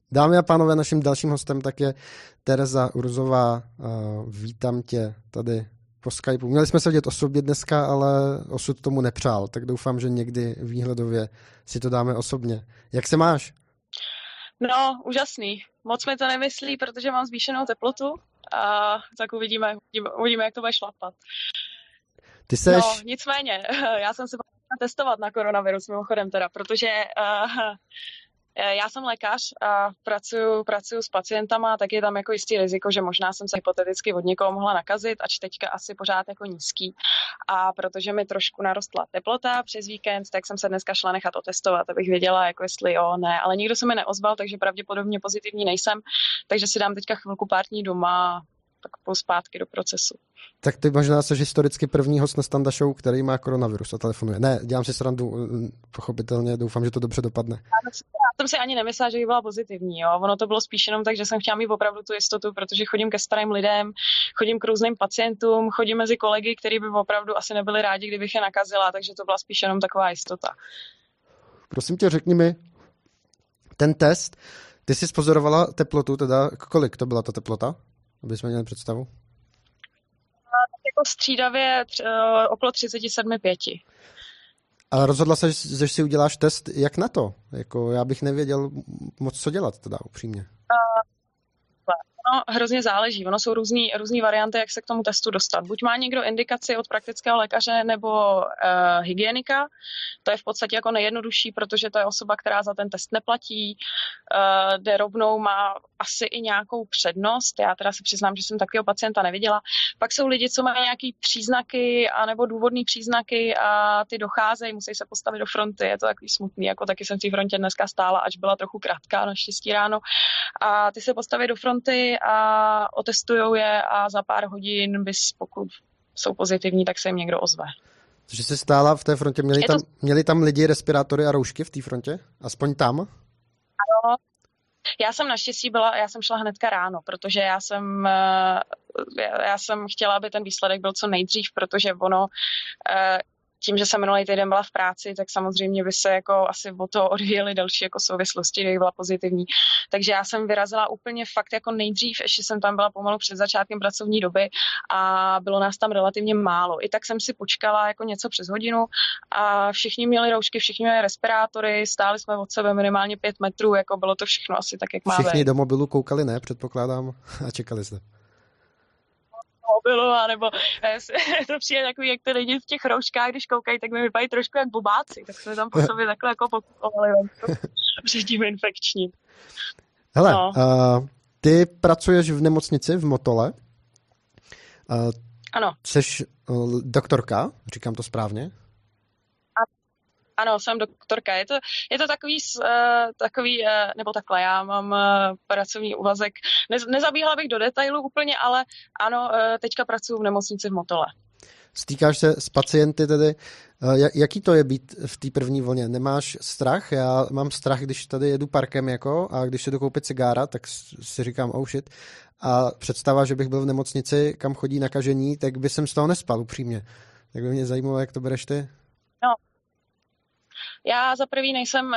Dámy a pánové, naším dalším hostem tak je Tereza Urzová. Vítám tě tady po Skypeu. Měli jsme se vidět osobně dneska, ale osud tomu nepřál, tak doufám, že někdy výhledově si to dáme osobně. Jak se máš? No, úžasný. Moc mi to nemyslí, protože mám zvýšenou teplotu a tak uvidíme, jak to bude šlapat. Ty seš... No, nicméně, já jsem se potřebovala testovat na koronavirus mimochodem teda, protože já jsem lékař a pracuju s pacientama, tak je tam jako jistý riziko, že možná jsem se hypoteticky od někoho mohla nakazit, ač teďka asi pořád jako nízký. A protože mi trošku narostla teplota přes víkend, tak jsem se dneska šla nechat otestovat, abych věděla, jako jestli jo, ne. Ale nikdo se mi neozval, takže pravděpodobně pozitivní nejsem, takže si dám teďka chvilku pár dní doma, tak půjdu zpátky do procesu. Tak ty možná jsi historicky první host na Standa Show, který má koronavirus a telefonuje. Ne, dělám si srandu, pochopitelně, doufám, že to dobře dopadne. Já jsem si ani nemyslela, že by byla pozitivní, jo. Ono to bylo spíš jenom tak, že jsem chtěla mít opravdu tu jistotu, protože chodím ke starým lidem, chodím k různým pacientům, chodím mezi kolegy, kteří by opravdu asi nebyli rádi, kdybych je nakazila, takže to byla spíš jenom taková jistota. Prosím tě, řekni mi, ten test, ty jsi pozorovala teplotu, teda kolik to byla ta teplota? Aby jsme měli představu. Jako střídavě okolo 37,5. Ale rozhodla se, že si uděláš test, jak na to? Jako já bych nevěděl moc, co dělat teda upřímně. No, hrozně záleží. Ono jsou různý varianty, jak se k tomu testu dostat. Buď má někdo indikaci od praktického lékaře nebo hygienika. To je v podstatě jako nejjednodušší, protože to je osoba, která za ten test neplatí. Jde rovnou, má asi i nějakou přednost. Já teda se přiznám, že jsem takového pacienta neviděla. Pak jsou lidi, co mají nějaký příznaky anebo důvodný příznaky a ty docházejí, musí se postavit do fronty. Je to takový smutný, jako taky jsem v té frontě dneska stála, ač byla trochu krátká, naštěstí ráno. A ty se postaví do fronty a otestujou je a za pár hodin, pokud jsou pozitivní, tak se jim někdo ozve. Takže jsi stála v té frontě, měli tam lidi respirátory a roušky v té frontě? Aspoň tam? Ano. Já jsem šla hnedka ráno, protože já jsem chtěla, aby ten výsledek byl co nejdřív, protože ono tím, že jsem minulý týden byla v práci, tak samozřejmě by se jako asi o to odvíjely další jako souvislosti, kdyby byla pozitivní. Takže já jsem vyrazila úplně fakt jako nejdřív, ještě jsem tam byla pomalu před začátkem pracovní doby a bylo nás tam relativně málo. I tak jsem si počkala jako něco přes hodinu a všichni měli roušky, všichni měli respirátory, stáli jsme od sebe minimálně 5 metrů, jako bylo to všechno asi tak, jak má být. Všichni do mobilu koukali, ne? Předpokládám a čekali jste. Mobilu, anebo to přijde takový, jak ty lidi v těch rouškách, když koukají, tak mi vypadají trošku jak bubáci, tak jsme tam po sobě takhle jako pokupovali před tím infekčním. Hele, no. Ty pracuješ v nemocnici v Motole. Ano. Jsi doktorka, říkám to správně? Ano, jsem doktorka. Je to takový, nebo takhle, já mám pracovní úvazek. Nezabíhala bych do detailů úplně, ale ano, teďka pracuji v nemocnici v Motole. Stýkáš se s pacienty tedy. Jaký to je být v té první vlně? Nemáš strach? Já mám strach, když tady jedu parkem jako a když si jdu koupit cigára, tak si říkám oh shit. A představa, že bych byl v nemocnici, kam chodí nakažení, tak by jsem z toho nespal upřímně. Tak by mě zajímalo, jak to bereš ty. No. Já za prvý nejsem,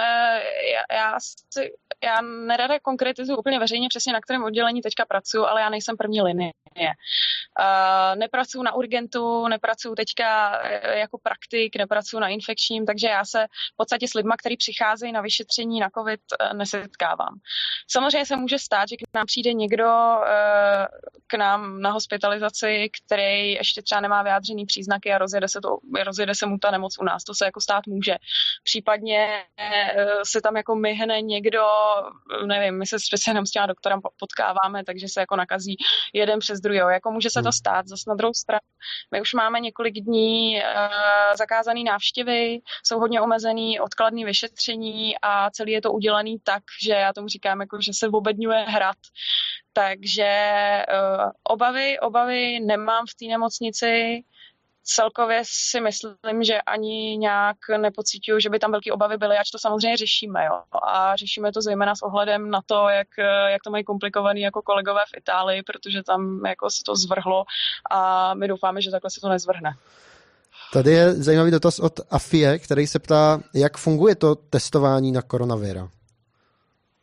já nerada konkretizuji úplně veřejně přesně, na kterém oddělení teďka pracuji, ale já nejsem první linie. Nepracuji na urgentu, nepracuji teďka jako praktik, nepracuji na infekčním, takže já se v podstatě s lidma, kteří přicházejí na vyšetření na COVID, nesetkávám. Samozřejmě se může stát, že k nám přijde někdo k nám na hospitalizaci, který ještě třeba nemá vyjádřený příznaky a rozjede se mu ta nemoc u nás. To se jako stát může. Případně se tam jako myhne někdo, nevím, my se speciálně s těma doktorem potkáváme, takže se jako nakazí jeden přes druhého. Jako může se to stát. Zas na druhou stranu, my už máme několik dní zakázané návštěvy, jsou hodně omezený odkladné vyšetření a celý je to udělaný tak, že já tomu říkám, jako, že se obedňuje hrad. Takže obavy nemám v té nemocnici. Celkově si myslím, že ani nějak nepocituju, že by tam velké obavy byly, ač to samozřejmě řešíme. Jo. A řešíme to zejména s ohledem na to, jak to mají komplikovaný jako kolegové v Itálii, protože tam jako se to zvrhlo a my doufáme, že takhle se to nezvrhne. Tady je zajímavý dotaz od Afie, který se ptá, jak funguje to testování na koronavira.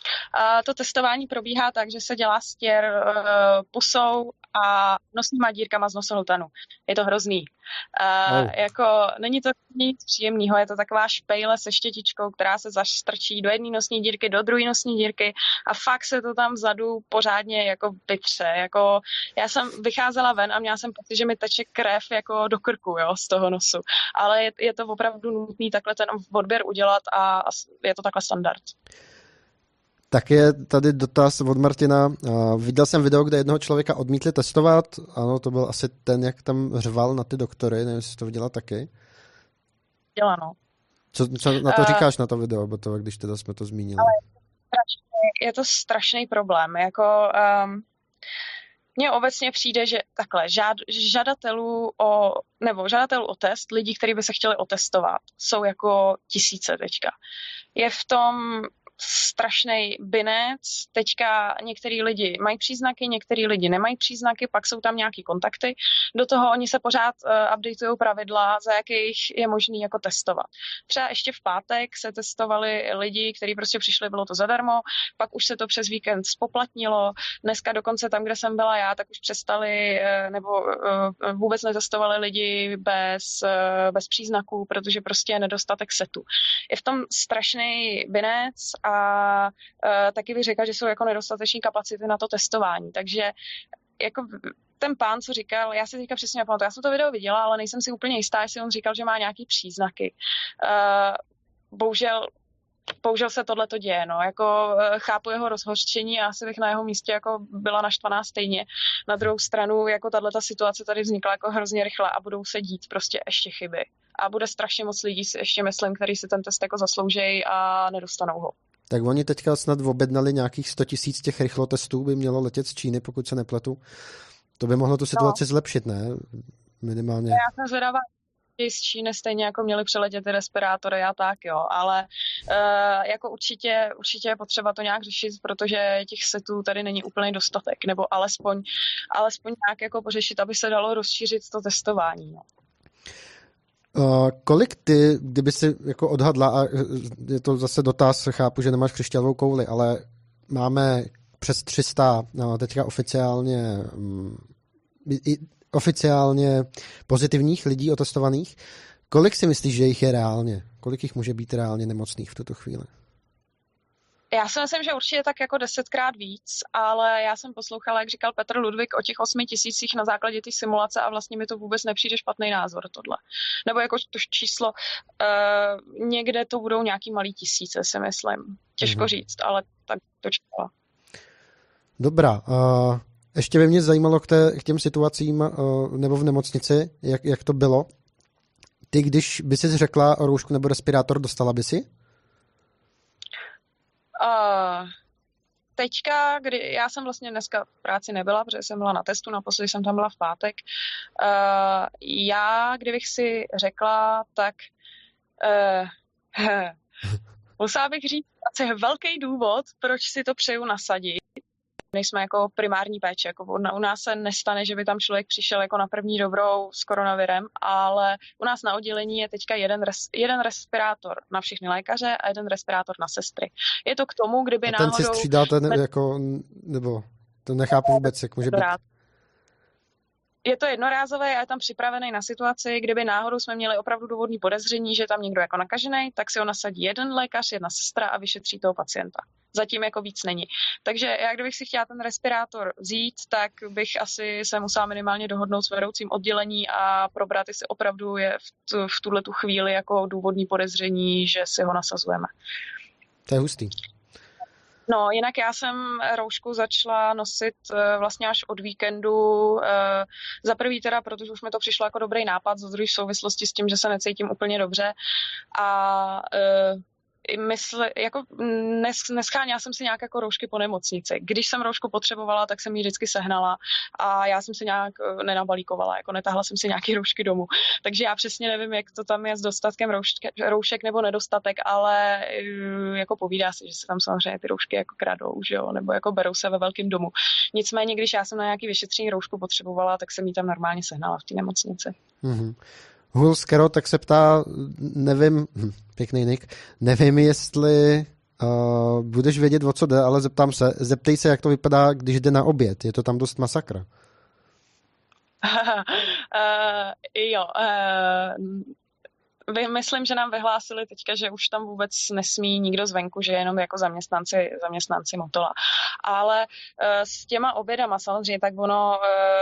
To testování probíhá tak, že se dělá stěr pusou a nosníma dírkama z nosohltanu. Je to hrozný. Jako není to nic příjemného, je to taková špejle se štětičkou, která se zastrčí do jedné nosní dírky, do druhé nosní dírky a fakt se to tam vzadu pořádně jako vytře. Jako, já jsem vycházela ven a měla jsem pocit, že mi teče krev jako do krku, jo, z toho nosu. Ale je to opravdu nutný takhle ten odběr udělat a je to takhle standard. Tak je tady dotaz od Martina. Viděl jsem video, kde jednoho člověka odmítli testovat. Ano, to byl asi ten, jak tam řval na ty doktory. Nevím, jestli to viděla taky. Viděla, no. Co na to říkáš, na to video, bo to, když teda jsme to zmínili? Je to strašný problém. Jako, mně obecně přijde, že takhle, žadatelů o test, lidí, kteří by se chtěli otestovat, jsou jako tisíce teďka. Je v tom strašný binec, teďka některý lidi mají příznaky, některý lidi nemají příznaky, pak jsou tam nějaký kontakty, do toho oni se pořád updatujou pravidla, za jakých je možný jako testovat. Třeba ještě v pátek se testovali lidi, kteří prostě přišli, bylo to zadarmo, pak už se to přes víkend spoplatnilo, dneska dokonce tam, kde jsem byla já, tak už přestali nebo vůbec netestovali lidi bez příznaků, protože prostě je nedostatek setu. Je v tom strašný binec a taky bych řekla, že jsou jako nedostateční kapacity na to testování. Takže jako ten pán, co říkal, já si teďka přesně nepamatuju, já jsem to video viděla, ale nejsem si úplně jistá, jestli on říkal, že má nějaký příznaky. Bohužel se tohle to děje, no. Jako chápu jeho rozhořčení a asi bych na jeho místě jako byla naštvaná stejně. Na druhou stranu, jako tato situace tady vznikla jako hrozně rychle a budou se dít prostě ještě chyby. A bude strašně moc lidí, si ještě myslím, který si ten test jako zasloužejí a nedostanou ho. Tak oni teďka snad objednali nějakých 100 000 těch rychlotestů, by mělo letět z Číny, pokud se nepletu. To by mohlo tu situaci zlepšit, ne? Minimálně. Já jsem zvědavá, z Číny stejně jako měli přeletět ty respirátory a tak, jo. Ale jako určitě je potřeba to nějak řešit, protože těch setů tady není úplný dostatek. Nebo alespoň nějak jako pořešit, aby se dalo rozšířit to testování, no. Kolik ty, kdyby si jako odhadla, a je to zase dotaz, chápu, že nemáš křišťálovou kouli, ale máme přes 300 teďka oficiálně pozitivních lidí otestovaných. Kolik si myslíš, že jich je reálně? Kolik jich může být reálně nemocných v tuto chvíli? Já si myslím, že určitě tak jako 10krát víc, ale já jsem poslouchala, jak říkal Petr Ludvík o těch 8 000 na základě té simulace a vlastně mi to vůbec nepřijde špatný názor tohle. Nebo jako to číslo, někde to budou nějaký malý tisíce, si myslím. Těžko říct, ale tak to čítala. Dobrá. Ještě by mě zajímalo k těm situacím nebo v nemocnici, jak to bylo. Ty, když by si řekla roušku nebo respirátor, dostala by si? Teďka, kdy já jsem vlastně dneska v práci nebyla, protože jsem byla na testu, naposledy jsem tam byla v pátek. Já, kdybych si řekla, tak musela bych říct, asi je velký důvod, proč si to přeju nasadit. Nejsme jako primární péče, jako u nás se nestane, že by tam člověk přišel jako na první dobrou s koronavirem, ale u nás na oddělení je teďka jeden respirátor na všechny lékaře a jeden respirátor na sestry. Je to k tomu, kdyby a náhodou... ten si střídáte jako, nebo to nechápu vůbec, jak může být. Je to jednorázové a je tam připravený na situaci, kdyby náhodou jsme měli opravdu důvodný podezření, že tam někdo jako nakažený, tak si ho nasadí jeden lékař, jedna sestra a vyšetří toho pacienta. Zatím jako víc není. Takže já kdybych si chtěla ten respirátor vzít, tak bych asi se musela minimálně dohodnout s vedoucím oddělení a probrat, jestli opravdu je v tuhletu chvíli jako důvodný podezření, že si ho nasazujeme. To je hustý. No, jinak já jsem roušku začala nosit vlastně až od víkendu. Za prvý teda, protože už mi to přišlo jako dobrý nápad, za druhý v souvislosti s tím, že se necítím úplně dobře. A nescháněla jsem si nějak jako roušky po nemocnici. Když jsem roušku potřebovala, tak jsem ji vždycky sehnala a já jsem si nějak nenabalíkovala, jako netahla jsem si nějaký roušky domů. Takže já přesně nevím, jak to tam je s dostatkem roušek nebo nedostatek, ale jako povídá se, že se tam samozřejmě ty roušky jako kradou, že jo, nebo jako berou se ve velkém domu. Nicméně, když já jsem na nějaký vyšetření roušku potřebovala, tak jsem ji tam normálně sehnala v té nemocnici. Mm-hmm. Hulskero tak se ptá, nevím, pěkný nick, nevím, jestli Budeš vědět, o co jde, ale zeptej se, jak to vypadá, když jde na oběd. Je to tam dost masakra. Jo, myslím, že nám vyhlásili teďka, že už tam vůbec nesmí nikdo zvenku, že jenom jako zaměstnanci Motola. Ale s těma obědama samozřejmě, tak ono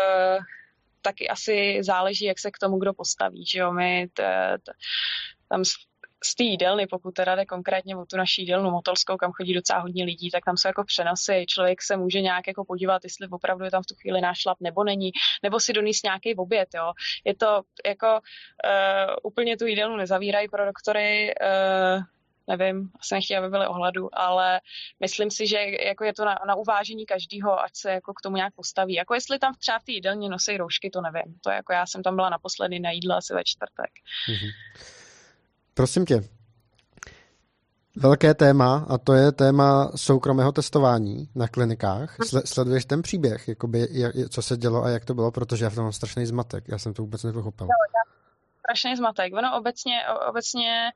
taky asi záleží, jak se k tomu kdo postaví, že jo, my tam z té jídelny, pokud teda jde konkrétně o tu naší jídelnu motolskou, kam chodí docela hodně lidí, tak tam jsou jako přenosy. Člověk se může nějak jako podívat, jestli opravdu je tam v tu chvíli nášlap nebo není, nebo si donést nějaký oběd, jo. Je to jako úplně tu jídelnu nezavírají pro doktory, nevím, asi nechtějí, aby byly ohladu, ale myslím si, že jako je to na uvážení každého, ať se jako k tomu nějak postaví. Jako jestli tam třeba v té jídelně nosí roušky, to nevím. To jako já jsem tam byla naposledy na jídle asi ve čtvrtek. Mm-hmm. Prosím tě, velké téma, a to je téma soukromého testování na klinikách. Sleduješ ten příběh, jakoby, co se dělo a jak to bylo, protože já v tom mám strašný zmatek. Já jsem to vůbec nepochopil. Strašný zmatek. Ono obecně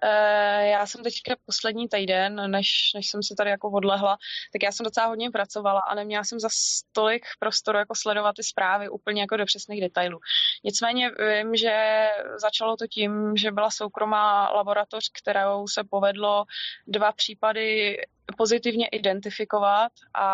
já jsem teďka poslední týden, než jsem si tady jako odlehla, tak já jsem docela hodně pracovala a neměla jsem za tolik prostoru jako sledovat ty zprávy úplně jako do přesných detailů. Nicméně vím, že začalo to tím, že byla soukromá laboratoř, kterou se povedlo 2 případy pozitivně identifikovat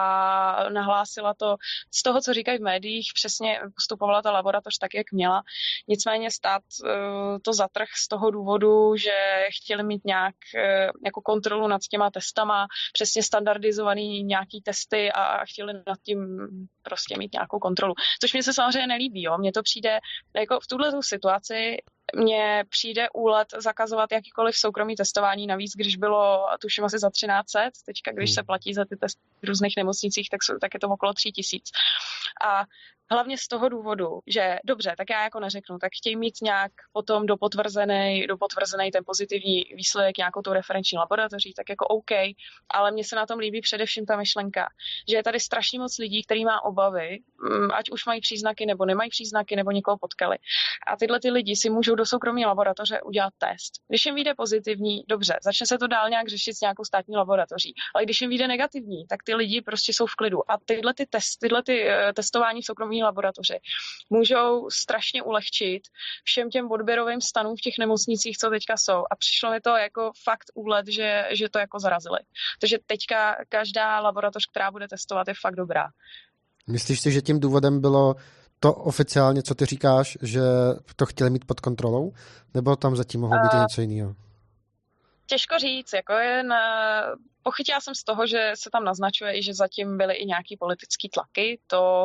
a nahlásila to z toho, co říkají v médiích, přesně postupovala ta laboratoř tak, jak měla. Nicméně stát to zatrh z toho důvodu, že chtěli mít nějak jako kontrolu nad těma testama, přesně standardizovaný nějaký testy a chtěli nad tím prostě mít nějakou kontrolu. Což mě se samozřejmě nelíbí, jo. Mně to přijde, jako v tuhletu situaci mně přijde úlet zakazovat jakýkoliv soukromý testování, navíc, když bylo, tuším, asi za 1300, teďka, když se platí za ty testy v různých nemocnicích, tak je to okolo 3000. A hlavně z toho důvodu, že dobře, tak já jako neřeknu, tak chtějí mít nějak potom dopotvrzený ten pozitivní výsledek nějakou tou referenční laboratoří, tak jako OK, ale mně se na tom líbí především ta myšlenka, že je tady strašně moc lidí, který má obavy, ať už mají příznaky nebo nemají příznaky, nebo někoho potkali. A tyhle ty lidi si můžou do soukromé laboratoře udělat test. Když jim vyjde pozitivní, dobře, začne se to dál nějak řešit s nějakou státní laboratoří, ale když jim vyjde negativní, tak ty lidi prostě jsou v klidu. A tyhle ty testování v soukromé laboratoři můžou strašně ulehčit všem těm odběrovým stanům v těch nemocnicích, co teďka jsou. A přišlo mi to jako fakt úlet, že to jako zarazili. Takže teďka každá laboratoř, která bude testovat, je fakt dobrá. Myslíš si, že tím důvodem bylo to oficiálně, co ty říkáš, že to chtěli mít pod kontrolou? Nebo tam zatím mohlo být něco jiného? Těžko říct, jako pochytila jsem z toho, že se tam naznačuje, že zatím byly i nějaký politický tlaky,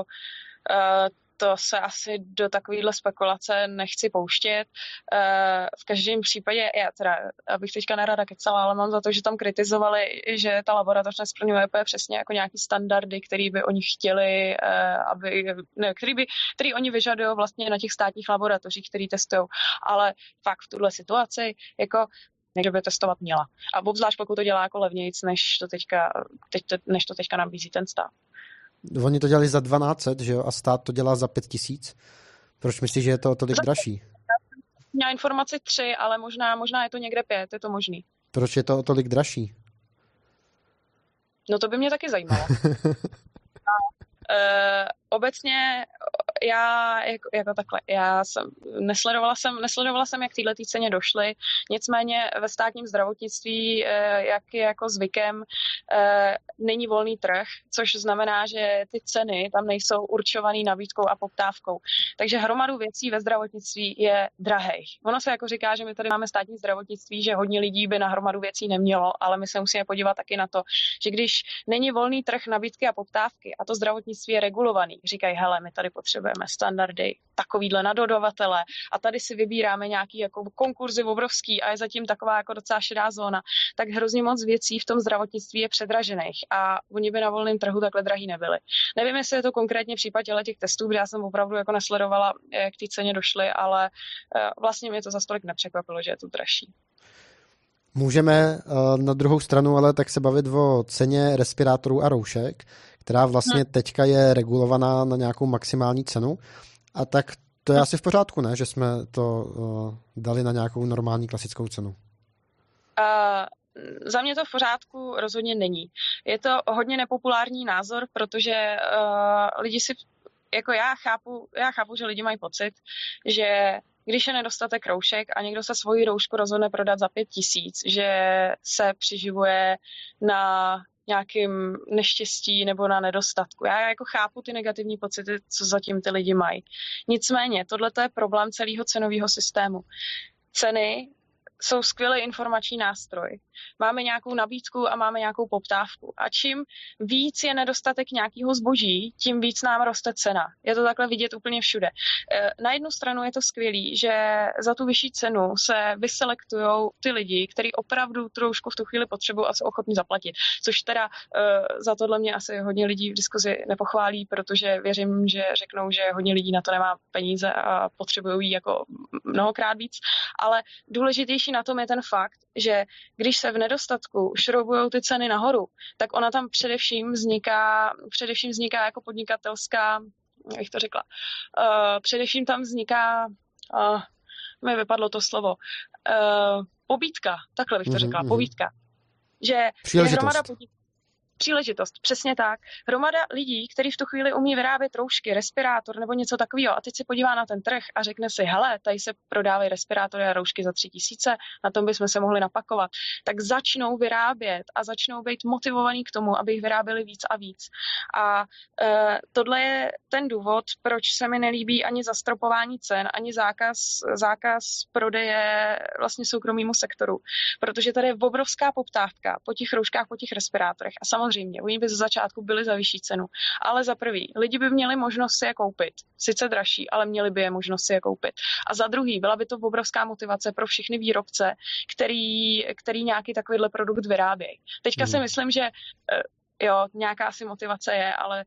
to se asi do takovéhle spekulace nechci pouštět. V každém případě, já teda, abych teďka nerada kecala, ale mám za to, že tam kritizovali, že ta laboratoř nesplňuje přesně jako nějaký standardy, který by oni chtěli, který oni vyžadují vlastně na těch státních laboratořích, který testují. Ale fakt v tuhle situaci, jako než by testovat měla. A obzvlášť pokud to dělá jako levnějc, než to teďka nabízí ten stát. Oni to dělali za 1200, že jo? A stát to dělá za 5000. Proč myslíš, že je to o tolik dražší? Měla informaci 3, ale možná je to někde 5, je to možný. Proč je to o tolik dražší? No to by mě taky zajímalo. Obecně já jako takhle, já jsem nesledovala jsem, jak této ceně došly, nicméně ve státním zdravotnictví, jak je jako zvykem, není volný trh, což znamená, že ty ceny tam nejsou určovaný nabídkou a poptávkou. Takže hromadu věcí ve zdravotnictví je drahých. Ono se jako říká, že my tady máme státní zdravotnictví, že hodně lidí by na hromadu věcí nemělo, ale my se musíme podívat taky na to, že když není volný trh nabídky a poptávky a to zdravotnictví je regulovaný, říkají, hele, my tady potřebujeme standardy, takovýhle na dodavatele a tady si vybíráme nějaký jako konkurzy obrovský a je zatím taková jako docela šedá zóna, tak hrozně moc věcí v tom zdravotnictví je předražených a oni by na volném trhu takhle drahý nebyly. Nevím, jestli je to konkrétně případ těch testů, kde já jsem opravdu jako nesledovala, jak ty ceně došly, ale vlastně mě to za stolik nepřekvapilo, že je to dražší. Můžeme na druhou stranu ale tak se bavit o ceně respirátorů a roušek, která vlastně teďka je regulovaná na nějakou maximální cenu. A tak to je asi v pořádku, ne? Že jsme to dali na nějakou normální klasickou cenu. za mě to v pořádku rozhodně není. Je to hodně nepopulární názor, protože lidi si, jako já chápu, že lidi mají pocit, že když je nedostatek roušek a někdo se svoji roušku rozhodne prodat za 5 000, že se přiživuje na nějakým neštěstí nebo na nedostatku. Já jako chápu ty negativní pocity, co zatím ty lidi mají. Nicméně, tohle je problém celého cenového systému. Ceny jsou skvělý informační nástroj. Máme nějakou nabídku a máme nějakou poptávku. A čím víc je nedostatek nějakého zboží, tím víc nám roste cena. Je to takhle vidět úplně všude. Na jednu stranu je to skvělý, že za tu vyšší cenu se vyselektujou ty lidi, kteří opravdu trošku v tu chvíli potřebují a jsou ochotní zaplatit. Což teda za tohle mě asi hodně lidí v diskuzi nepochválí, protože věřím, že řeknou, že hodně lidí na to nemá peníze a potřebují jí jako mnohokrát víc. Ale důležitější na tom je ten fakt, že když se v nedostatku šroubujou ty ceny nahoru, tak ona tam především vzniká jako podnikatelská, jak to řekla, především tam vzniká, mi vypadlo to slovo, pobídka, takhle bych to řekla, pobídka, že je hromada příležitost, přesně tak. Hromada lidí, kteří v tu chvíli umí vyrábět roušky, respirátor nebo něco takového a teď se podívá na ten trh a řekne si, hele, tady se prodávají respirátory a roušky za 3 000, na tom bychom se mohli napakovat. Tak začnou vyrábět a začnou být motivovaní k tomu, aby jich vyráběli víc a víc. A tohle je ten důvod, proč se mi nelíbí ani zastropování cen, ani zákaz prodeje vlastně soukromému sektoru. Protože tady je obrovská poptávka po těch rouškách, po těch respirátorech. A samozřejmě, oni by ze začátku byli za vyšší cenu. Ale za prvý, lidi by měli možnost si je koupit. Sice dražší, ale měli by je možnost si je koupit. A za druhý, byla by to obrovská motivace pro všechny výrobce, který nějaký takovýhle produkt vyrábějí. Teďka si myslím, že jo, nějaká asi motivace je, ale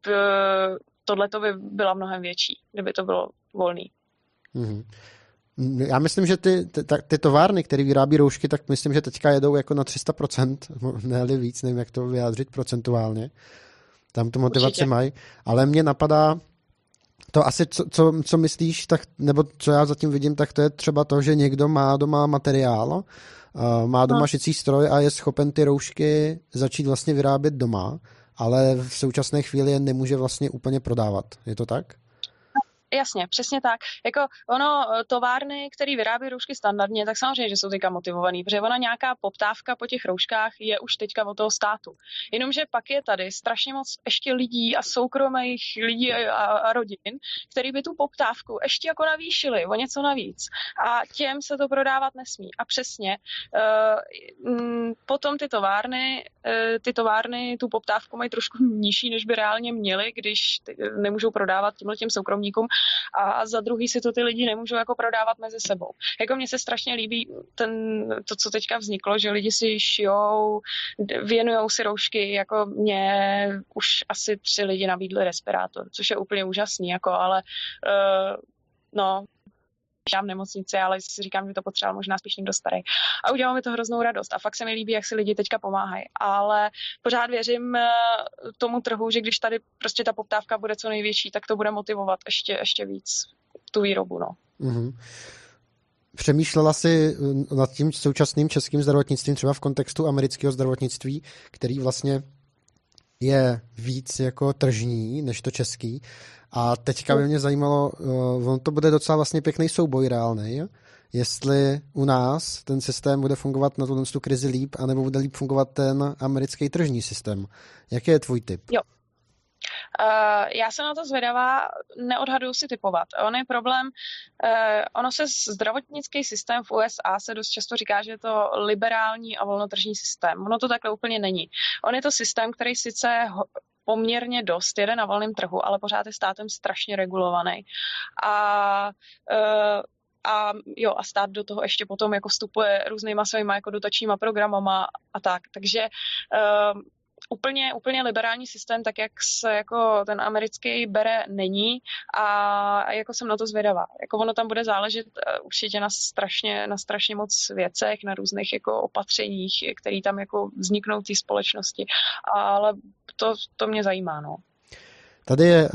tohle to by byla mnohem větší, kdyby to bylo volný. Mm-hmm. Já myslím, že ty továrny, které vyrábí roušky, tak myslím, že teďka jedou jako na 300%, ne-li víc, nevím, jak to vyjádřit procentuálně. Tam tu motivaci mají. Ale mě napadá to asi, co myslíš, tak, nebo co já zatím vidím, tak to je třeba to, že někdo má doma materiál, má doma šicí stroj a je schopen ty roušky začít vlastně vyrábět doma, ale v současné chvíli je nemůže vlastně úplně prodávat. Je to tak? Jasně, přesně tak. Jako továrny, které vyrábí roušky standardně, tak samozřejmě, že jsou teďka motivovaný, protože ona nějaká poptávka po těch rouškách je už teďka od toho státu. Jenomže pak je tady strašně moc ještě lidí a soukromých lidí a rodin, který by tu poptávku ještě jako navýšili o něco navíc. A těm se to prodávat nesmí. A přesně potom ty továrny tu poptávku mají trošku nižší, než by reálně měly, když nemůžou prodávat těm soukromníkům. A za druhý si to ty lidi nemůžou jako prodávat mezi sebou. Jako mně se strašně líbí to, co teďka vzniklo, že lidi si šijou, věnujou si roušky, jako mě už asi 3 lidi nabídli respirátor, což je úplně úžasný, jako, ale v nemocnici, ale si říkám, že to potřeboval možná spíš někdo starý. A udělalo mi to hroznou radost. A fakt se mi líbí, jak si lidi teďka pomáhají. Ale pořád věřím tomu trhu, že když tady prostě ta poptávka bude co největší, tak to bude motivovat ještě víc tu výrobu. No. Mm-hmm. Přemýšlela jsi nad tím současným českým zdravotnictvím třeba v kontextu amerického zdravotnictví, který vlastně je víc jako tržní než to český. A teďka by mě zajímalo, on to bude docela vlastně pěkný souboj reálnej, jestli u nás ten systém bude fungovat na tu krizi líp, anebo bude líp fungovat ten americký tržní systém. Jaký je tvůj tip? Jo. Já jsem na to zvědavá, neodhaduju si typovat. On je problém, zdravotnický systém v USA se dost často říká, že je to liberální a volnotržní systém. Ono to takhle úplně není. On je to systém, který sice poměrně dost jede na volném trhu, ale pořád je státem strašně regulovaný. A stát do toho ještě potom jako vstupuje různýma svýma jako dotačníma programama a tak. Takže úplně liberální systém, tak jak se jako ten americký bere, není a jako jsem na to zvědavá. Jako ono tam bude záležet určitě na strašně moc věcech, na různých jako opatřeních, které tam jako vzniknou té společnosti, ale to mě zajímá, no. Tady je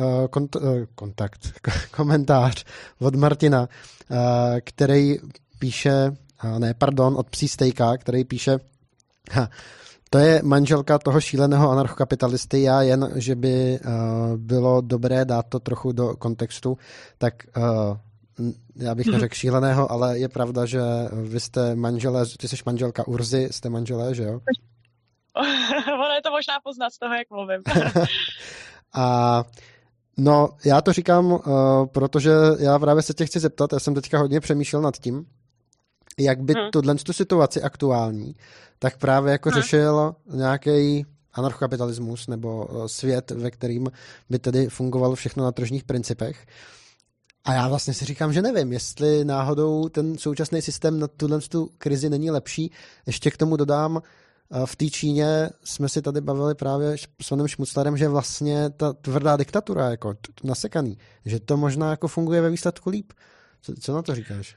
komentář od Martina, který píše, od Psí Stejka, který píše: Ha, to je manželka toho šíleného anarchokapitalisty. Já jen, že by bylo dobré dát to trochu do kontextu, tak já bych neřekl šíleného, ale je pravda, že vy jste manželé, ty jsi manželka Urzy, jste manželé, že jo? Ono je to možná poznat z toho, jak mluvím. A no, já to říkám, protože já právě se tě chci zeptat, já jsem teďka hodně přemýšlel nad tím, jak by tu situaci aktuální, tak právě jako řešil nějaký anarchokapitalismus nebo svět, ve kterým by tedy fungovalo všechno na tržních principech. A já vlastně si říkám, že nevím, jestli náhodou ten současný systém na tu krizi není lepší. Ještě k tomu dodám, v té Číně jsme si tady bavili právě s panem Šmuclerem, že vlastně ta tvrdá diktatura, jako nasekaný, že to možná jako funguje ve výsledku líp. Co na to říkáš?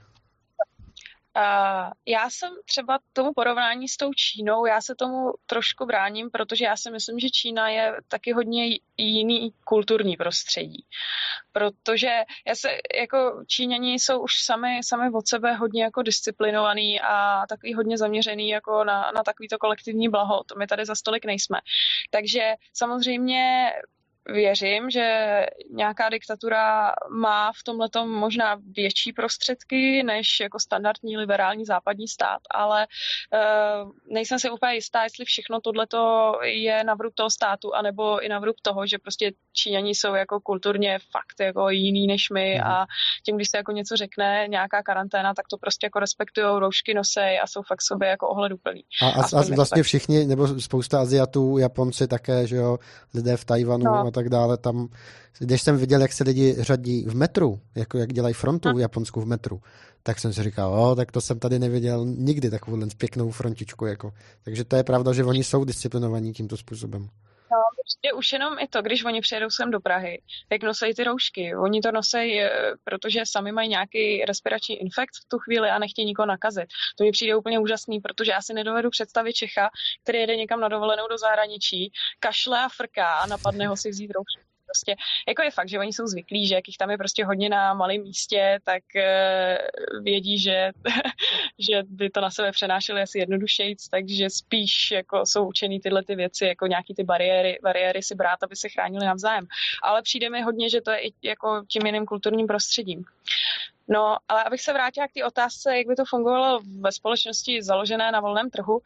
Já jsem třeba tomu porovnání s tou Čínou, já se tomu trošku bráním, protože já si myslím, že Čína je taky hodně jiný kulturní prostředí. Protože jako Číňani jsou už sami od sebe hodně jako disciplinovaný a takový hodně zaměřený jako na takovýto kolektivní blaho. To my tady za stolik nejsme. Takže samozřejmě věřím, že nějaká diktatura má v tomhletom možná větší prostředky než jako standardní liberální západní stát, ale nejsem si úplně jistá, jestli všechno tohleto je na vrub toho státu, anebo i na vrub toho, že prostě Číňani jsou jako kulturně fakt jako jiný než my a tím, když se jako něco řekne, nějaká karanténa, tak to prostě jako respektujou, roušky nosej a jsou fakt sobě jako ohleduplní. A vlastně všichni, nebo spousta Asiatů, Japonci také, že jo, lidé v Tajvanu a tak dále, tam, když jsem viděl, jak se lidi řadí v metru, jako jak dělají frontu v Japonsku v metru, tak jsem si říkal, tak to jsem tady neviděl nikdy takovou pěknou frontičku, jako. Takže to je pravda, že oni jsou disciplinovaní tímto způsobem. No, prostě už jenom i to, když oni přijedou sem do Prahy, tak nosejí ty roušky. Oni to nosejí, protože sami mají nějaký respirační infekt v tu chvíli a nechtějí nikoho nakazit. To mi přijde úplně úžasný, protože já si nedovedu představit Čecha, který jede někam na dovolenou do zahraničí, kašle a frká a napadne ho si vzít roušku. Prostě, jako je fakt, že oni jsou zvyklí, že jak jich tam je prostě hodně na malém místě, tak vědí, že by to na sebe přenášeli asi jednodušejc, takže spíš jako jsou učený tyhle ty věci, jako nějaký ty bariéry si brát, aby se chránili navzájem. Ale přijde mi hodně, že to je i jako tím jiným kulturním prostředím. No, ale abych se vrátila k té otázce, jak by to fungovalo ve společnosti založené na volném trhu,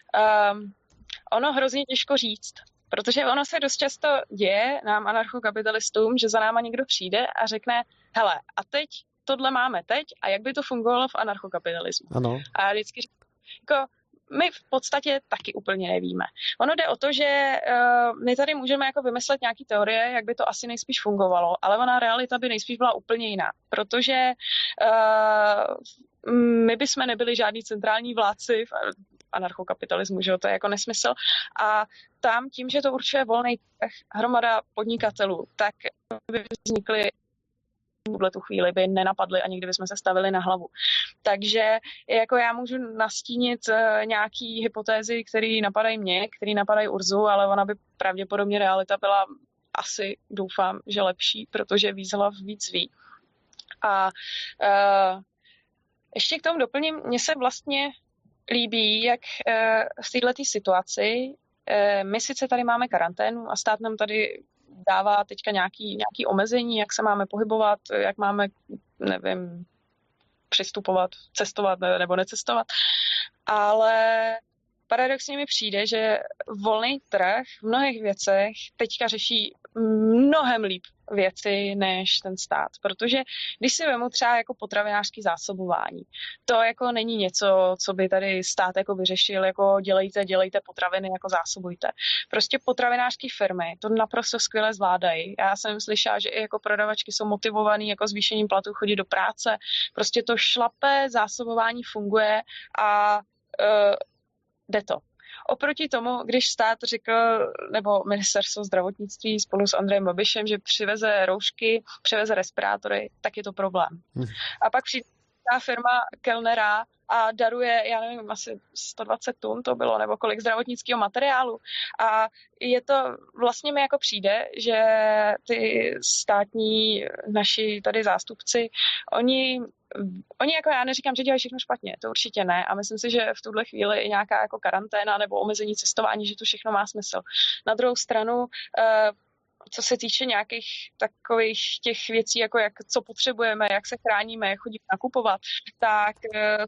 ono hrozně těžko říct. Protože ono se dost často děje nám anarchokapitalistům, že za náma někdo přijde a řekne, hele, a teď tohle máme teď a jak by to fungovalo v anarchokapitalismu. Ano. A vždycky říkám, jako my v podstatě taky úplně nevíme. Ono jde o to, že my tady můžeme jako vymyslet nějaký teorie, jak by to asi nejspíš fungovalo, ale ona realita by nejspíš byla úplně jiná, protože my bychom nebyli žádní centrální vládci v anarchokapitalismu, že jo, to je jako nesmysl. A tam tím, že to určuje volný trh, hromada podnikatelů, tak by vznikly v tu chvíli by nenapadly a nikdy bychom se stavili na hlavu. Takže jako já můžu nastínit nějaký hypotézy, které napadají mě, které napadají Urzu, ale ona by pravděpodobně realita byla asi, doufám, že lepší, protože víc hlav víc ví. A ještě k tomu doplním, mně se vlastně líbí, jak v této situaci my sice tady máme karanténu a stát nám tady dává teďka nějaký omezení, jak se máme pohybovat, jak máme, nevím, přistupovat, cestovat nebo necestovat, ale paradoxně mi přijde, že volný trh v mnohých věcech teďka řeší mnohem líp věci než ten stát, protože když si vemu třeba jako potravinářský zásobování, to jako není něco, co by tady stát jako vyřešil, jako dělejte potraviny, jako zásobujte. Prostě potravinářské firmy to naprosto skvěle zvládají. Já jsem slyšela, že i jako prodavačky jsou motivovaný jako zvýšením platů chodit do práce. Prostě to šlapé zásobování funguje a jde to. Oproti tomu, když stát řekl, nebo ministerstvo zdravotnictví spolu s Andrejem Babišem, že přiveze roušky, přiveze respirátory, tak je to problém. A pak přijde firma Kellnera a daruje, já nevím, asi 120 tun to bylo, nebo kolik zdravotnického materiálu. A je to, vlastně mi jako přijde, že ty státní naši tady zástupci, oni jako, já neříkám, že dělají všechno špatně, to určitě ne. A myslím si, že v tuhle chvíli i nějaká jako karanténa nebo omezení cestování, že to všechno má smysl. Na druhou stranu, co se týče nějakých takových těch věcí, jako co potřebujeme, jak se chráníme, jak chodíme nakupovat, tak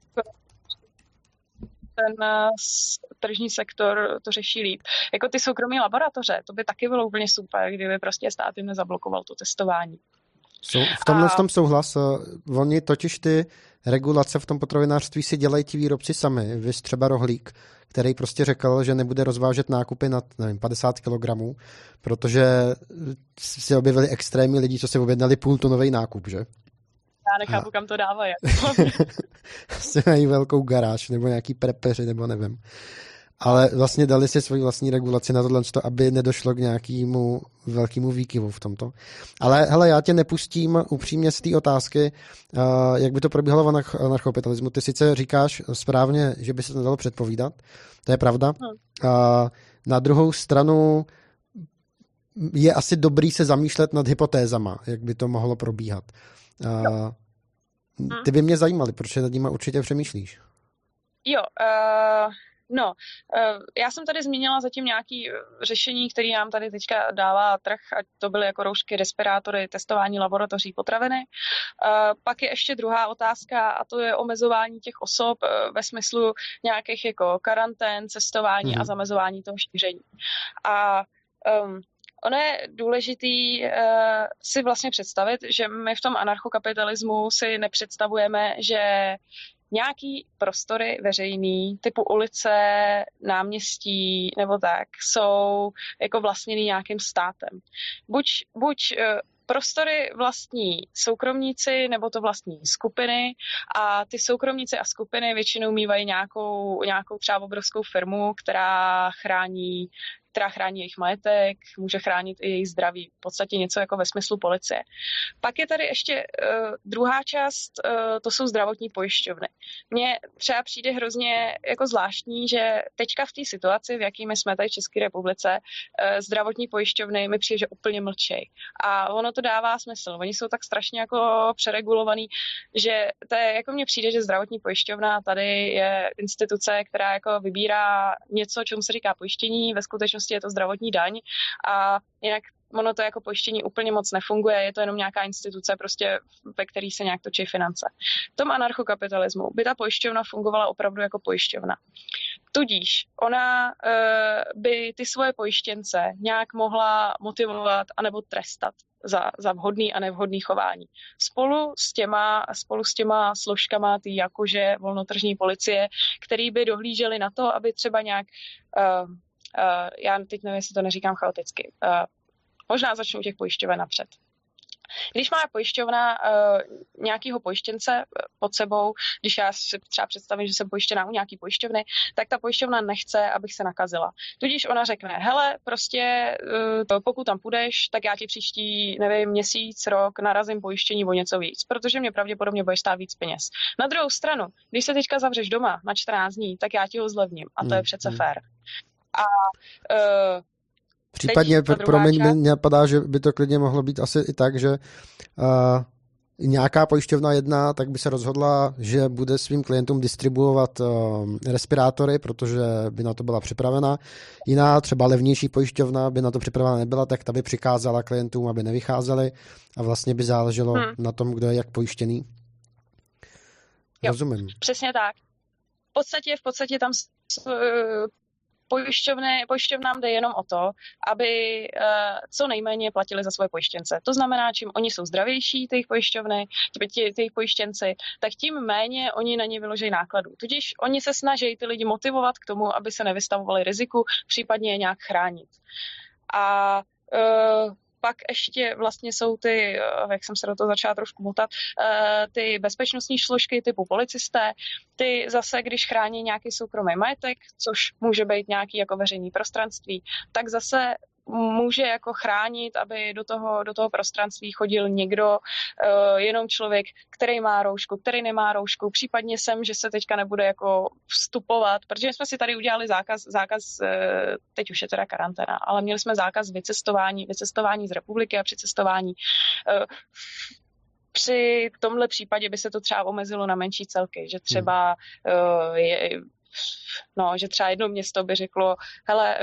ten tržní sektor to řeší líp. Jako ty soukromé laboratoře, to by taky bylo úplně super, kdyby prostě stát jim nezablokoval to testování. V tomhle tom souhlas. Oni totiž ty regulace v tom potravinářství si dělají ti výrobci sami. Viz třeba Rohlík, který prostě řekl, že nebude rozvážet nákupy nad 50 kilogramů, protože si objevili extrémní lidi, co si objednali půltonový nákup, že? Já nechápu, kam to dávají. Asi mají velkou garáž, nebo nějaký prepeři, nebo nevím. Ale vlastně dali si svoji vlastní regulaci na tohle, aby nedošlo k nějakému velkému výkyvu v tomto. Ale hele, já tě nepustím upřímně z té otázky, jak by to probíhalo v anarchokapitalismu. Ty sice říkáš správně, že by se to dalo předpovídat, to je pravda. Na druhou stranu je asi dobrý se zamýšlet nad hypotézama, jak by to mohlo probíhat. Ty by mě zajímaly, protože nad nimi určitě přemýšlíš. Jo, já jsem tady zmínila zatím nějaké řešení, které nám tady teďka dává trh, ať to byly jako roušky, respirátory, testování laboratoří, potraviny. Pak je ještě druhá otázka a to je omezování těch osob ve smyslu nějakých jako karantén, cestování a zamezování toho šíření. A ono je důležitý si vlastně představit, že my v tom anarchokapitalismu si nepředstavujeme, že nějaký prostory veřejný, typu ulice, náměstí nebo tak, jsou jako vlastněný nějakým státem. Buď prostory vlastní soukromníci, nebo to vlastní skupiny a ty soukromníci a skupiny většinou mívají nějakou třeba obrovskou firmu, která chrání jejich majetek, může chránit i jejich zdraví, v podstatě něco jako ve smyslu policie. Pak je tady ještě druhá část, to jsou zdravotní pojišťovny. Mně třeba přijde hrozně jako zvláštní, že teďka v té situaci, v jakými jsme tady v České republice, zdravotní pojišťovny mi přijde, že úplně mlčej. A ono to dává smysl. Oni jsou tak strašně jako přeregulovaný, že to je, jako mně přijde, že zdravotní pojišťovna tady je instituce, která jako vybírá něco, čemu se říká pojištění, ve skutečnosti je to zdravotní daň a jinak ono to jako pojištění úplně moc nefunguje, je to jenom nějaká instituce, prostě, ve který se nějak točí finance. V tom anarchokapitalismu by ta pojišťovna fungovala opravdu jako pojišťovna. Tudíž ona by ty svoje pojištěnce nějak mohla motivovat anebo trestat za vhodný a nevhodný chování. Spolu s těma složkama ty jakože volnotržní policie, který by dohlíželi na to, aby třeba nějak já teď nevím, jestli to neříkám chaoticky. Možná začnu těch pojišťoven napřed. Když má pojišťovna nějakého pojištěnce pod sebou, když já si třeba představím, že jsem pojištěná u nějaký pojišťovny, tak ta pojišťovna nechce, abych se nakazila. Tudíž ona řekne, hele, prostě pokud tam půjdeš, tak já ti příští, nevím, měsíc, rok narazím pojištění o něco víc, protože mě pravděpodobně bude stát víc peněz. Na druhou stranu, když se teďka zavřeš doma na 14 dní, tak já ti ho zlevním a to je přece fér. A případně, promiň, mě napadá, že by to klidně mohlo být asi i tak, že nějaká pojišťovna jedna, tak by se rozhodla, že bude svým klientům distribuovat respirátory, protože by na to byla připravena. Jiná, třeba levnější pojišťovna by na to připravena nebyla, tak ta by přikázala klientům, aby nevycházeli a vlastně by záleželo na tom, kdo je jak pojištěný. Rozumím. Přesně tak. V podstatě tam pojišťovnám jde jenom o to, aby co nejméně platili za svoje pojištěnce. To znamená, čím oni jsou zdravější, ty jejich pojišťovny, ty jejich pojištěnci, tak tím méně oni na ně vyloží nákladů. Tudíž oni se snaží ty lidi motivovat k tomu, aby se nevystavovali riziku, případně je nějak chránit. A pak ještě vlastně jsou ty, jak jsem se do toho začala trošku motat, ty bezpečnostní složky typu policisté, ty zase, když chrání nějaký soukromý majetek, což může být nějaký jako veřejný prostranství, tak zase může jako chránit, aby do toho prostranství chodil někdo, jenom člověk, který má roušku, který nemá roušku, případně sem, že se teďka nebude jako vstupovat, protože jsme si tady udělali zákaz, teď už je teda karanténa, ale měli jsme zákaz vycestování z republiky a přicestování. Při tomhle případě by se to třeba omezilo na menší celky, že třeba že třeba jedno město by řeklo, hele,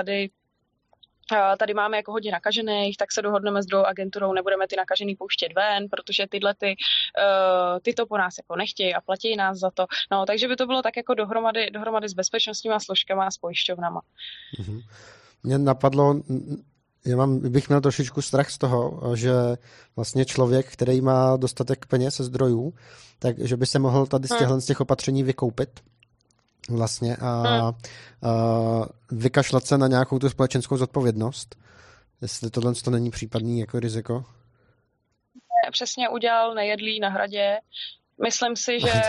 tady máme jako hodně nakažených, tak se dohodneme s druhou agenturou, nebudeme ty nakažený pouštět ven, protože ty to po nás jako nechtějí a platí nás za to. No, takže by to bylo tak jako dohromady s bezpečnostníma složkama a s pojišťovnama. Mm-hmm. Mě napadlo, bych měl trošičku strach z toho, že vlastně člověk, který má dostatek peněz a zdrojů, takže by se mohl tady z těch opatření vykoupit vlastně a vykašlat se na nějakou tu společenskou zodpovědnost. Jestli tohle to není případný jako riziko? Přesně udělal nejedlý na Hradě. Myslím si, že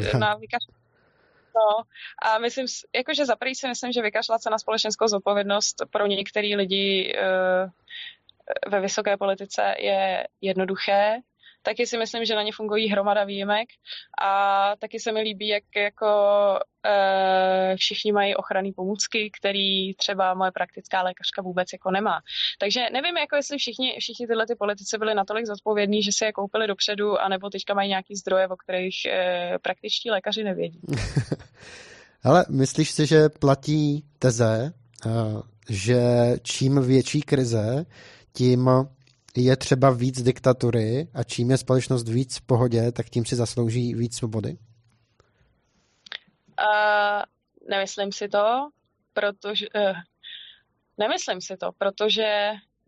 a myslím, jakože za první si myslím, že vykašlat se na společenskou zodpovědnost pro některý lidi ve vysoké politice je jednoduché. Taky si myslím, že na ně fungují hromada výjimek a taky se mi líbí, jak jako všichni mají ochranné pomůcky, který třeba moje praktická lékařka vůbec jako nemá. Takže nevím, jako jestli všichni tyhle ty politici byli natolik zodpovědní, že si je koupili dopředu, anebo teďka mají nějaký zdroje, o kterých praktičtí lékaři nevědí. Hele, myslíš si, že platí teze, že čím větší krize, tím je třeba víc diktatury a čím je společnost víc v pohodě, tak tím si zaslouží víc svobody? Nemyslím si to, protože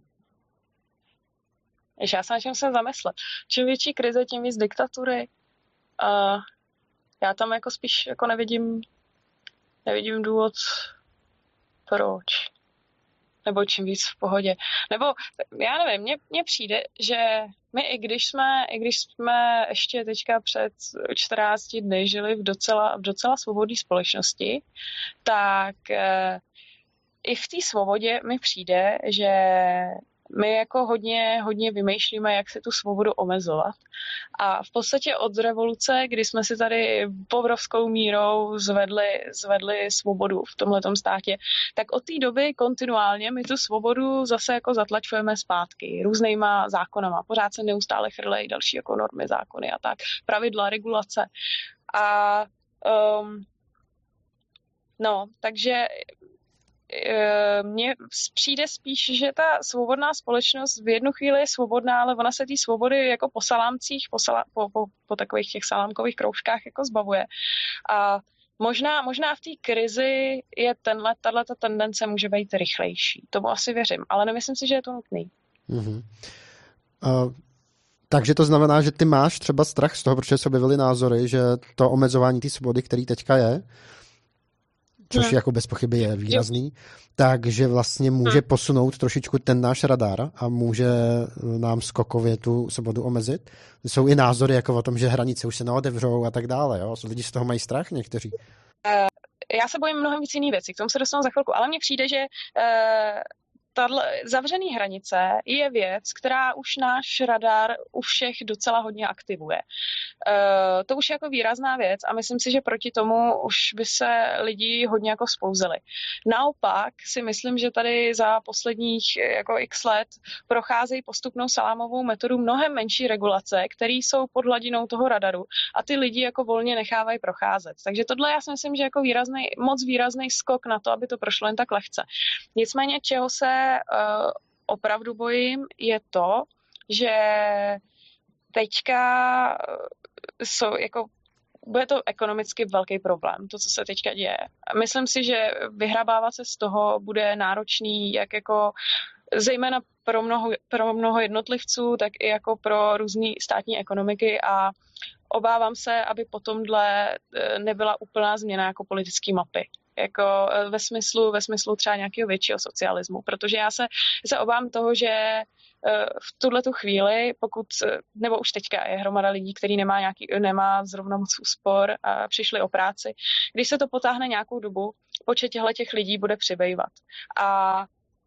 já se na čem jsem zamyslet. Čím větší krize, tím víc diktatury. Já tam jako spíš jako nevidím důvod, proč. Nebo čím víc v pohodě. Nebo, já nevím, mně přijde, že my i když jsme ještě teďka před 14 dny žili v docela svobodné společnosti, tak i v té svobodě mi přijde, že my jako hodně vymýšlíme, jak se tu svobodu omezovat. A v podstatě od revoluce, kdy jsme si tady obrovskou mírou zvedli svobodu v tomhletom státě, tak od té doby kontinuálně my tu svobodu zase jako zatlačujeme zpátky různýma zákonama. Pořád se neustále chrlejí další jako normy, zákony a tak, pravidla, regulace. A takže mně přijde spíš, že ta svobodná společnost v jednu chvíli je svobodná, ale ona se té svobody jako po salámcích, po takových těch salámkových kroužkách jako zbavuje. A možná v té krizi je tato tendence může být rychlejší. Tomu asi věřím, ale nemyslím si, že je to nutný. Mm-hmm. Takže to znamená, že ty máš třeba strach z toho, protože se objevily názory, že to omezování té svobody, který teďka je, což jako bez pochyby je výrazný, takže vlastně může posunout trošičku ten náš radar a může nám skokově tu svobodu omezit. Jsou i názory jako o tom, že hranice už se neotevřou a tak dále. Jo? Lidi z toho mají strach někteří. Já se bojím mnohem víc jiných věcí, k tomu se dostanu za chvilku, ale mně přijde, že zavřený hranice je věc, která už náš radar u všech docela hodně aktivuje. To už je jako výrazná věc a myslím si, že proti tomu už by se lidi hodně jako spouzeli. Naopak si myslím, že tady za posledních jako x let procházejí postupnou salámovou metodu mnohem menší regulace, které jsou pod hladinou toho radaru a ty lidi jako volně nechávají procházet. Takže tohle já si myslím, že jako moc výrazný skok na to, aby to prošlo jen tak lehce. Nicméně, čeho se opravdu bojím, je to, že teďka bude to ekonomicky velký problém, to, co se teďka děje. Myslím si, že vyhrabávat se z toho bude náročný, jak jako zejména pro mnoho jednotlivců, tak i jako pro různé státní ekonomiky a obávám se, aby potomhle nebyla úplná změna jako politické mapy. Jako ve smyslu třeba nějakého většího socialismu, protože já se obávám toho, že v tuhletu chvíli, nebo už teďka je hromada lidí, který nemá zrovna moc úspor a přišli o práci. Když se to potáhne nějakou dobu, počet těch lidí bude přibývat. A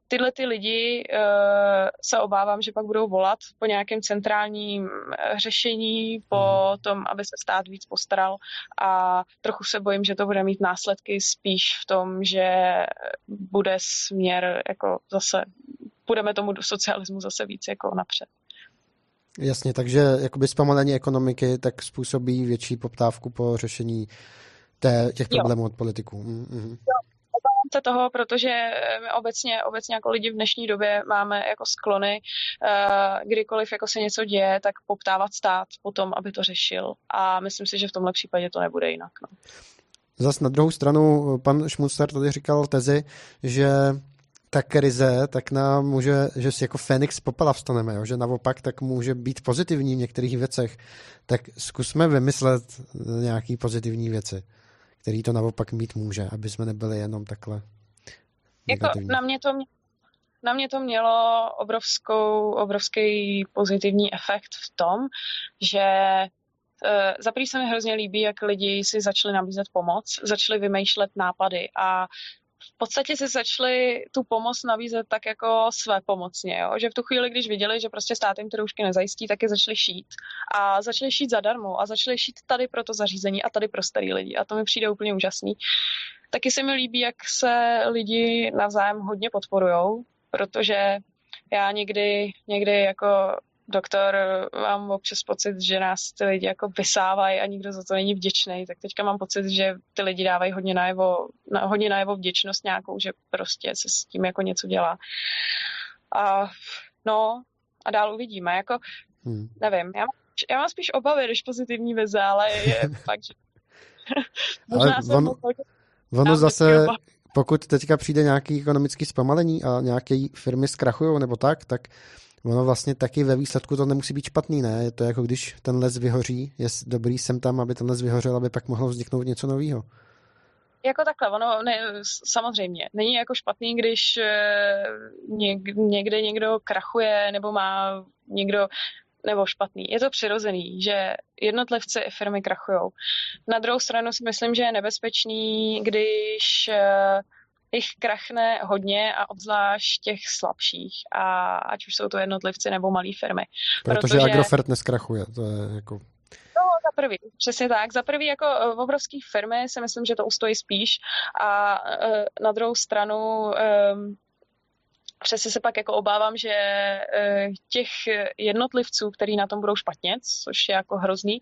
tyhle ty lidi se obávám, že pak budou volat po nějakém centrálním řešení, po tom, aby se stát víc postaral a trochu se bojím, že to bude mít následky spíš v tom, že bude směr jako zase, půjdeme tomu do socialismu zase víc jako napřed. Jasně, takže jakoby zpomalení ekonomiky tak způsobí větší poptávku po řešení těch problémů od politiků. Obávám se toho, protože my obecně jako lidi v dnešní době máme jako sklony, kdykoliv jako se něco děje, tak poptávat stát po tom, aby to řešil. A myslím si, že v tomhle případě to nebude jinak. No. Zas na druhou stranu pan Šmuster tady říkal tezi, že ta krize tak nám může, že si jako Fénix z popela vstaneme, jo? Že naopak tak může být pozitivní v některých věcech. Tak zkusme vymyslet nějaký pozitivní věci, který to naopak mít může, aby jsme nebyli jenom takhle negativní. Jako na mě to mělo obrovský pozitivní efekt v tom, že za první se mi hrozně líbí, jak lidi si začali nabízet pomoc, začali vymýšlet nápady a v podstatě si začali tu pomoc nabízet tak jako své pomocně, jo? Že v tu chvíli, když viděli, že prostě stát jim ty roušky nezajistí, tak je začali šít. A začali šít zadarmo a začali šít tady pro to zařízení a tady pro starý lidi. A to mi přijde úplně úžasný. Taky se mi líbí, jak se lidi navzájem hodně podporujou, protože já někdy jako doktor mám občas pocit, že nás ty lidi jako vysávají a nikdo za to není vděčný, tak teďka mám pocit, že ty lidi dávají hodně najevo vděčnost nějakou, že prostě se s tím jako něco dělá. A dál uvidíme. Jako, nevím, já mám spíš obavy, než pozitivní vize, ale je fakt, že možná ono zase, pokud teďka přijde nějaký ekonomický zpomalení a nějaké firmy zkrachujou nebo tak ono vlastně taky ve výsledku to nemusí být špatný, ne? Je to jako když ten les vyhoří, je dobrý sem tam, aby ten les vyhořel, aby pak mohlo vzniknout něco nového. Jako takhle, samozřejmě. Není jako špatný, když někde někdo krachuje nebo má někdo, nebo špatný. Je to přirozený, že jednotlivci i firmy krachujou. Na druhou stranu si myslím, že je nebezpečný, když jich krachne hodně a obzvlášť těch slabších, a ať už jsou to jednotlivci nebo malé firmy. Protože Agrofert neskrachuje, to je jako... No, za prvý, přesně tak. Za prvý jako obrovský firmy si myslím, že to ustojí spíš a na druhou stranu přesně se pak jako obávám, že těch jednotlivců, který na tom budou špatně, což je jako hrozný,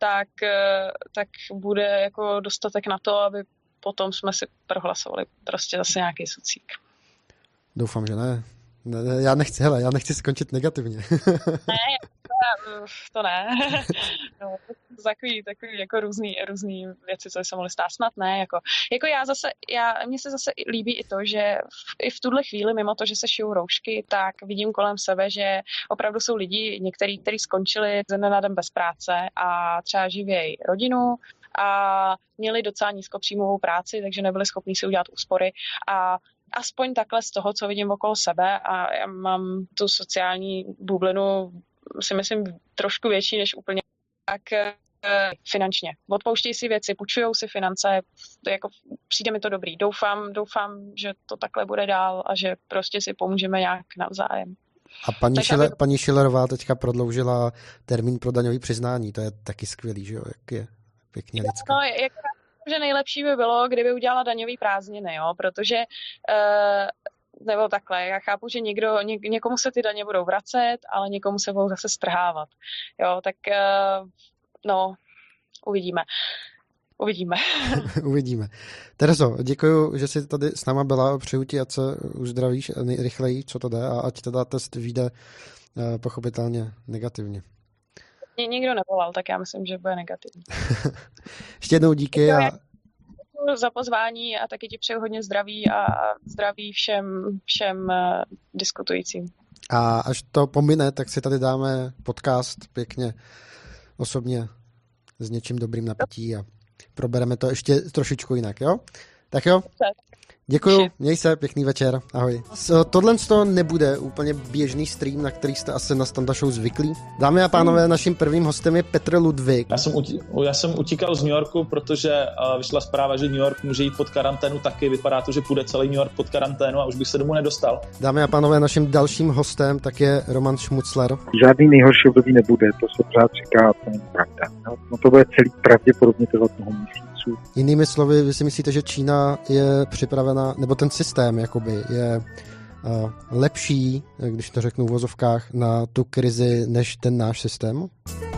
tak bude jako dostatek na to, aby potom jsme si prohlasovali prostě zase nějaký sucík. Doufám, že ne. Já nechci skončit negativně. Ne, to ne. No, takový jako různý věci, co se mohly stát, snad ne. Jako mně se zase líbí i to, že i v tuhle chvíli, mimo to, že se šijou roušky, tak vidím kolem sebe, že opravdu jsou lidi, někteří, kteří skončili ze dne na den bez práce a třeba živějí rodinu a měli docela nízkopříjmovou práci, takže nebyli schopni si udělat úspory a aspoň takhle z toho, co vidím okolo sebe, a já mám tu sociální bublinu, si myslím, trošku větší než úplně tak finančně. Odpouštějí si věci, půjčujou si finance, jako přijde mi to dobrý. Doufám, že to takhle bude dál a že prostě si pomůžeme nějak navzájem. A paní Schillerová teďka prodloužila termín pro daňové přiznání, to je taky skvělý, že jo, jak je pěkně lidská. No, že nejlepší by bylo, kdyby udělala daňový prázdniny, jo, protože nebo takhle, já chápu, že někomu se ty daně budou vracet, ale někomu se budou zase strhávat, jo, tak uvidíme. Uvidíme. Terezo, děkuju, že jsi tady s náma byla, přeju ti, ať se uzdravíš rychleji, co to jde, a ať teda test vyjde pochopitelně negativně. Nikdo nevolal, tak já myslím, že bude negativní. Ještě jednou díky. Za pozvání a taky ti přeju hodně zdraví a zdraví všem diskutujícím. A až to pomine, tak si tady dáme podcast pěkně osobně s něčím dobrým na pití a probereme to ještě trošičku jinak, jo? Tak jo? Děkuju, měj se, pěkný večer, ahoj. Tohle nebude úplně běžný stream, na který jste asi na Standa Show zvyklí. Dámy a pánové, naším prvním hostem je Petr Ludvík. Já jsem utíkal z New Yorku, protože vyšla zpráva, že New York může jít pod karanténu taky. Vypadá to, že půjde celý New York pod karanténu a už bych se domů nedostal. Dámy a pánové, naším dalším hostem tak je Roman Šmucler. Žádný nejhorší období nebude, to se pořád říká, to není pravda. No to bude celý pravděpodobně trvat mnoho měsíců. Jinými slovy, vy si myslíte, že Čína je připravena, nebo ten systém jakoby je lepší, když to řeknu v vozovkách, na tu krizi, než ten náš systém?